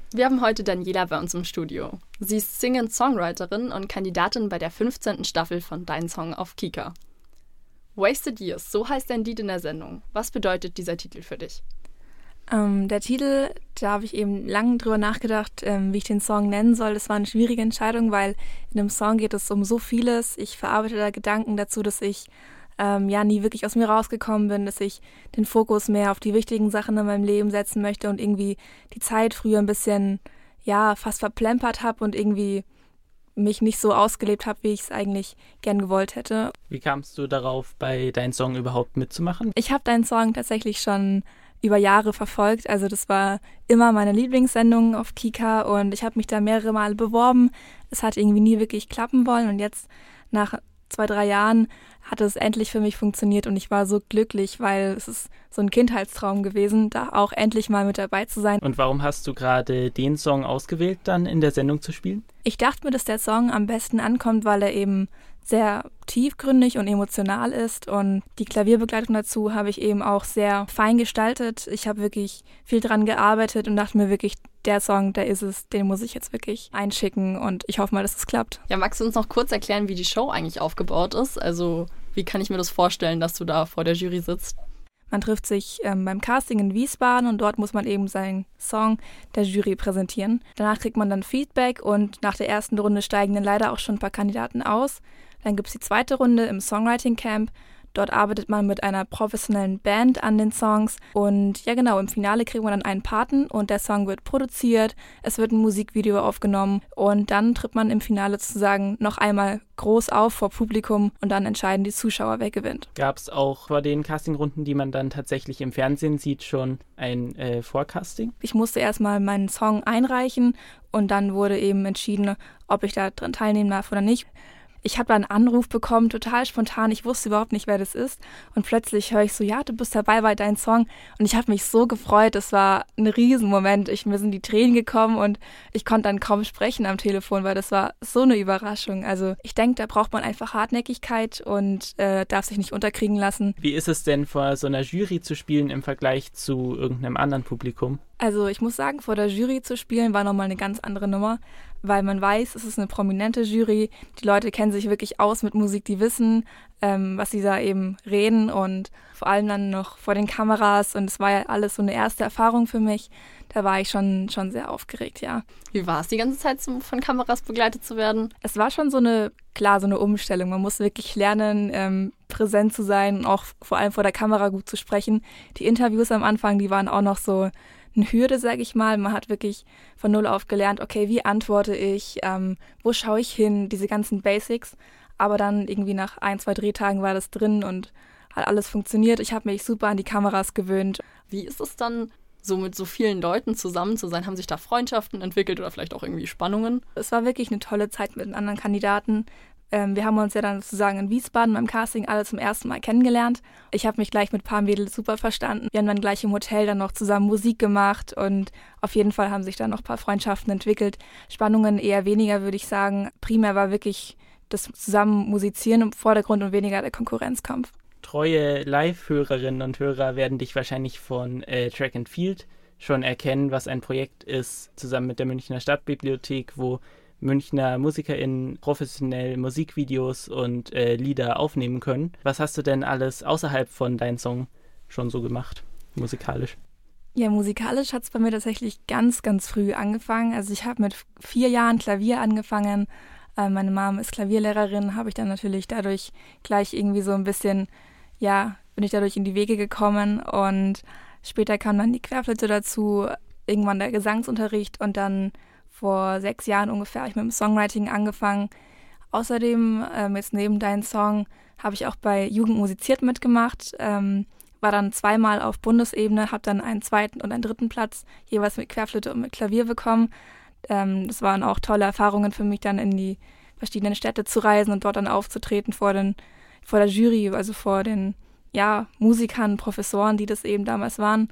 Wir haben heute Daniela bei uns im Studio. Sie ist Sing-and-Songwriterin und Kandidatin bei der 15. Staffel von Dein Song auf Kika. Wasted Years, so heißt dein Lied in der Sendung. Was bedeutet dieser Titel für dich? Der Titel, da habe ich eben lange drüber nachgedacht, wie ich den Song nennen soll. Das war eine schwierige Entscheidung, weil in dem Song geht es um so vieles. Ich verarbeite da Gedanken dazu, dass ich nie wirklich aus mir rausgekommen bin, dass ich den Fokus mehr auf die wichtigen Sachen in meinem Leben setzen möchte und irgendwie die Zeit früher ein bisschen, fast verplempert habe und irgendwie mich nicht so ausgelebt habe, wie ich es eigentlich gern gewollt hätte. Wie kamst du darauf, bei Dein Song überhaupt mitzumachen? Ich habe Dein Song tatsächlich schon über Jahre verfolgt. Also das war immer meine Lieblingssendung auf Kika und ich habe mich da mehrere Male beworben. Es hat irgendwie nie wirklich klappen wollen und jetzt nach 2-3 Jahren hat es endlich für mich funktioniert und ich war so glücklich, weil es ist so ein Kindheitstraum gewesen, da auch endlich mal mit dabei zu sein. Und warum hast du gerade den Song ausgewählt, dann in der Sendung zu spielen? Ich dachte mir, dass der Song am besten ankommt, weil er eben sehr tiefgründig und emotional ist und die Klavierbegleitung dazu habe ich eben auch sehr fein gestaltet. Ich habe wirklich viel dran gearbeitet und dachte mir wirklich, der Song, der ist es, den muss ich jetzt wirklich einschicken und ich hoffe mal, dass es klappt. Ja, magst du uns noch kurz erklären, wie die Show eigentlich aufgebaut ist? Also wie kann ich mir das vorstellen, dass du da vor der Jury sitzt? Man trifft sich beim Casting in Wiesbaden und dort muss man eben seinen Song der Jury präsentieren. Danach kriegt man dann Feedback und nach der ersten Runde steigen dann leider auch schon ein paar Kandidaten aus. Dann gibt es die zweite Runde im Songwriting Camp. Dort arbeitet man mit einer professionellen Band an den Songs und ja genau, im Finale kriegt man dann einen Paten und der Song wird produziert, es wird ein Musikvideo aufgenommen und dann tritt man im Finale sozusagen noch einmal groß auf vor Publikum und dann entscheiden die Zuschauer, wer gewinnt. Gab es auch vor den Castingrunden, die man dann tatsächlich im Fernsehen sieht, schon ein Vorcasting? Ich musste erstmal meinen Song einreichen und dann wurde eben entschieden, ob ich da dran teilnehmen darf oder nicht. Ich habe da einen Anruf bekommen, total spontan. Ich wusste überhaupt nicht, wer das ist. Und plötzlich höre ich so, ja, du bist dabei bei Dein Song. Und ich habe mich so gefreut. Das war ein Riesenmoment. Mir sind die Tränen gekommen und ich konnte dann kaum sprechen am Telefon, weil das war so eine Überraschung. Also ich denke, da braucht man einfach Hartnäckigkeit und darf sich nicht unterkriegen lassen. Wie ist es denn, vor so einer Jury zu spielen im Vergleich zu irgendeinem anderen Publikum? Also ich muss sagen, vor der Jury zu spielen war nochmal eine ganz andere Nummer, weil man weiß, es ist eine prominente Jury. Die Leute kennen sich wirklich aus mit Musik, die wissen, was sie da eben reden und vor allem dann noch vor den Kameras und es war ja alles so eine erste Erfahrung für mich. Da war ich schon sehr aufgeregt, ja. Wie war es die ganze Zeit, von Kameras begleitet zu werden? Es war schon so eine Umstellung. Man muss wirklich lernen, präsent zu sein und auch vor allem vor der Kamera gut zu sprechen. Die Interviews am Anfang, die waren auch noch so eine Hürde, sage ich mal. Man hat wirklich von null auf gelernt, okay, wie antworte ich, wo schaue ich hin, diese ganzen Basics. Aber dann irgendwie nach 1-2 Drehtagen war das drin und hat alles funktioniert. Ich habe mich super an die Kameras gewöhnt. Wie ist es dann, so mit so vielen Leuten zusammen zu sein? Haben sich da Freundschaften entwickelt oder vielleicht auch irgendwie Spannungen? Es war wirklich eine tolle Zeit mit den anderen Kandidaten. Wir haben uns ja dann sozusagen in Wiesbaden beim Casting alle zum ersten Mal kennengelernt. Ich habe mich gleich mit ein paar Mädels super verstanden. Wir haben dann gleich im Hotel dann noch zusammen Musik gemacht und auf jeden Fall haben sich dann noch ein paar Freundschaften entwickelt. Spannungen eher weniger, würde ich sagen. Primär war wirklich das zusammen Musizieren im Vordergrund und weniger der Konkurrenzkampf. Treue Live-Hörerinnen und Hörer werden dich wahrscheinlich von Track and Field schon erkennen, was ein Projekt ist, zusammen mit der Münchner Stadtbibliothek, wo Münchner MusikerInnen professionell Musikvideos und Lieder aufnehmen können. Was hast du denn alles außerhalb von Dein Song schon so gemacht, musikalisch? Ja, musikalisch hat es bei mir tatsächlich ganz, ganz früh angefangen. Also ich habe mit 4 Jahren Klavier angefangen. Meine Mom ist Klavierlehrerin, habe ich dann natürlich dadurch gleich irgendwie so ein bisschen, bin ich dadurch in die Wege gekommen und später kam dann die Querflöte dazu, irgendwann der Gesangsunterricht und dann vor 6 Jahren ungefähr habe ich mit dem Songwriting angefangen. Außerdem, jetzt neben Dein Song, habe ich auch bei Jugend musiziert mitgemacht, war dann 2-mal auf Bundesebene, habe dann einen 2. und einen 3. Platz jeweils mit Querflöte und mit Klavier bekommen. Das waren auch tolle Erfahrungen für mich, dann in die verschiedenen Städte zu reisen und dort dann aufzutreten vor der Jury, also vor den Musikern, Professoren, die das eben damals waren.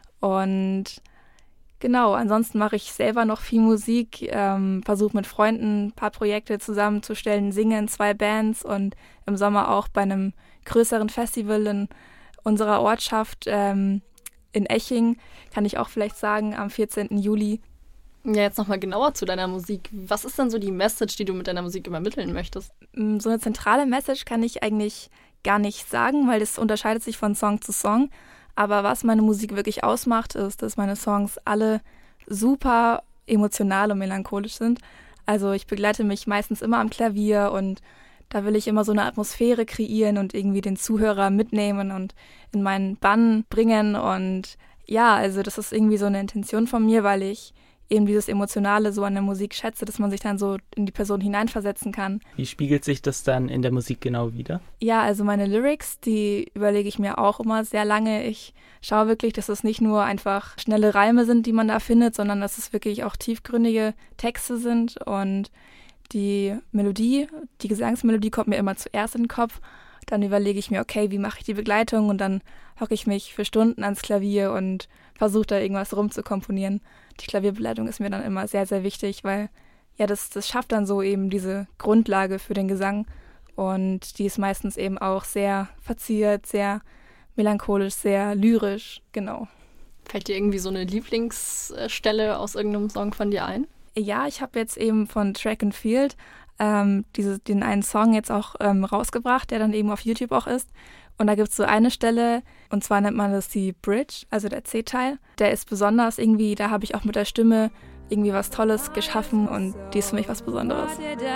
Und genau, ansonsten mache ich selber noch viel Musik, versuche mit Freunden ein paar Projekte zusammenzustellen, singe in 2 Bands und im Sommer auch bei einem größeren Festival in unserer Ortschaft in Eching, kann ich auch vielleicht sagen, am 14. Juli. Ja, jetzt nochmal genauer zu deiner Musik. Was ist denn so die Message, die du mit deiner Musik übermitteln möchtest? So eine zentrale Message kann ich eigentlich gar nicht sagen, weil das unterscheidet sich von Song zu Song. Aber was meine Musik wirklich ausmacht, ist, dass meine Songs alle super emotional und melancholisch sind. Also ich begleite mich meistens immer am Klavier und da will ich immer so eine Atmosphäre kreieren und irgendwie den Zuhörer mitnehmen und in meinen Bann bringen. Und ja, also das ist irgendwie so eine Intention von mir, weil ich eben dieses Emotionale so an der Musik schätze, dass man sich dann so in die Person hineinversetzen kann. Wie spiegelt sich das dann in der Musik genau wider? Ja, also meine Lyrics, die überlege ich mir auch immer sehr lange. Ich schaue wirklich, dass es nicht nur einfach schnelle Reime sind, die man da findet, sondern dass es wirklich auch tiefgründige Texte sind. Und die Melodie, die Gesangsmelodie kommt mir immer zuerst in den Kopf. Dann überlege ich mir, okay, wie mache ich die Begleitung? Und dann hocke ich mich für Stunden ans Klavier und versuche da irgendwas rumzukomponieren. Die Klavierbegleitung ist mir dann immer sehr, sehr wichtig, weil ja, das schafft dann so eben diese Grundlage für den Gesang. Und die ist meistens eben auch sehr verziert, sehr melancholisch, sehr lyrisch, genau. Fällt dir irgendwie so eine Lieblingsstelle aus irgendeinem Song von dir ein? Ja, ich habe jetzt eben von Track and Field den einen Song jetzt auch rausgebracht, der dann eben auf YouTube auch ist. Und da gibt es so eine Stelle, und zwar nennt man das die Bridge, also der C-Teil. Der ist besonders irgendwie, da habe ich auch mit der Stimme irgendwie was Tolles geschaffen und die ist für mich was Besonderes.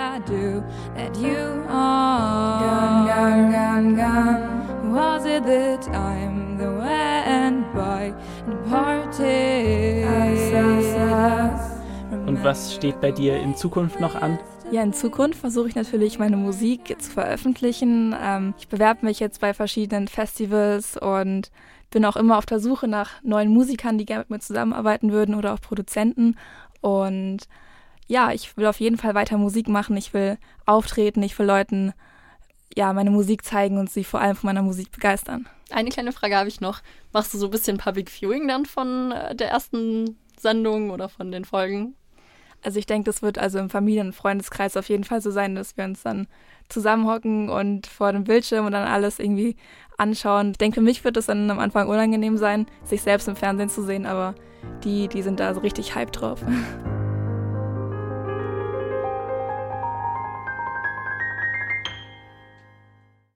Und was steht bei dir in Zukunft noch an? Ja, in Zukunft versuche ich natürlich, meine Musik zu veröffentlichen. Ich bewerbe mich jetzt bei verschiedenen Festivals und bin auch immer auf der Suche nach neuen Musikern, die gerne mit mir zusammenarbeiten würden oder auch Produzenten. Und ja, ich will auf jeden Fall weiter Musik machen. Ich will auftreten, ich will Leuten ja meine Musik zeigen und sie vor allem von meiner Musik begeistern. Eine kleine Frage habe ich noch. Machst du so ein bisschen Public Viewing dann von der ersten Sendung oder von den Folgen? Also ich denke, das wird also im Familien- und Freundeskreis auf jeden Fall so sein, dass wir uns dann zusammenhocken und vor dem Bildschirm und dann alles irgendwie anschauen. Ich denke, für mich wird es dann am Anfang unangenehm sein, sich selbst im Fernsehen zu sehen, aber die sind da so richtig hyped drauf.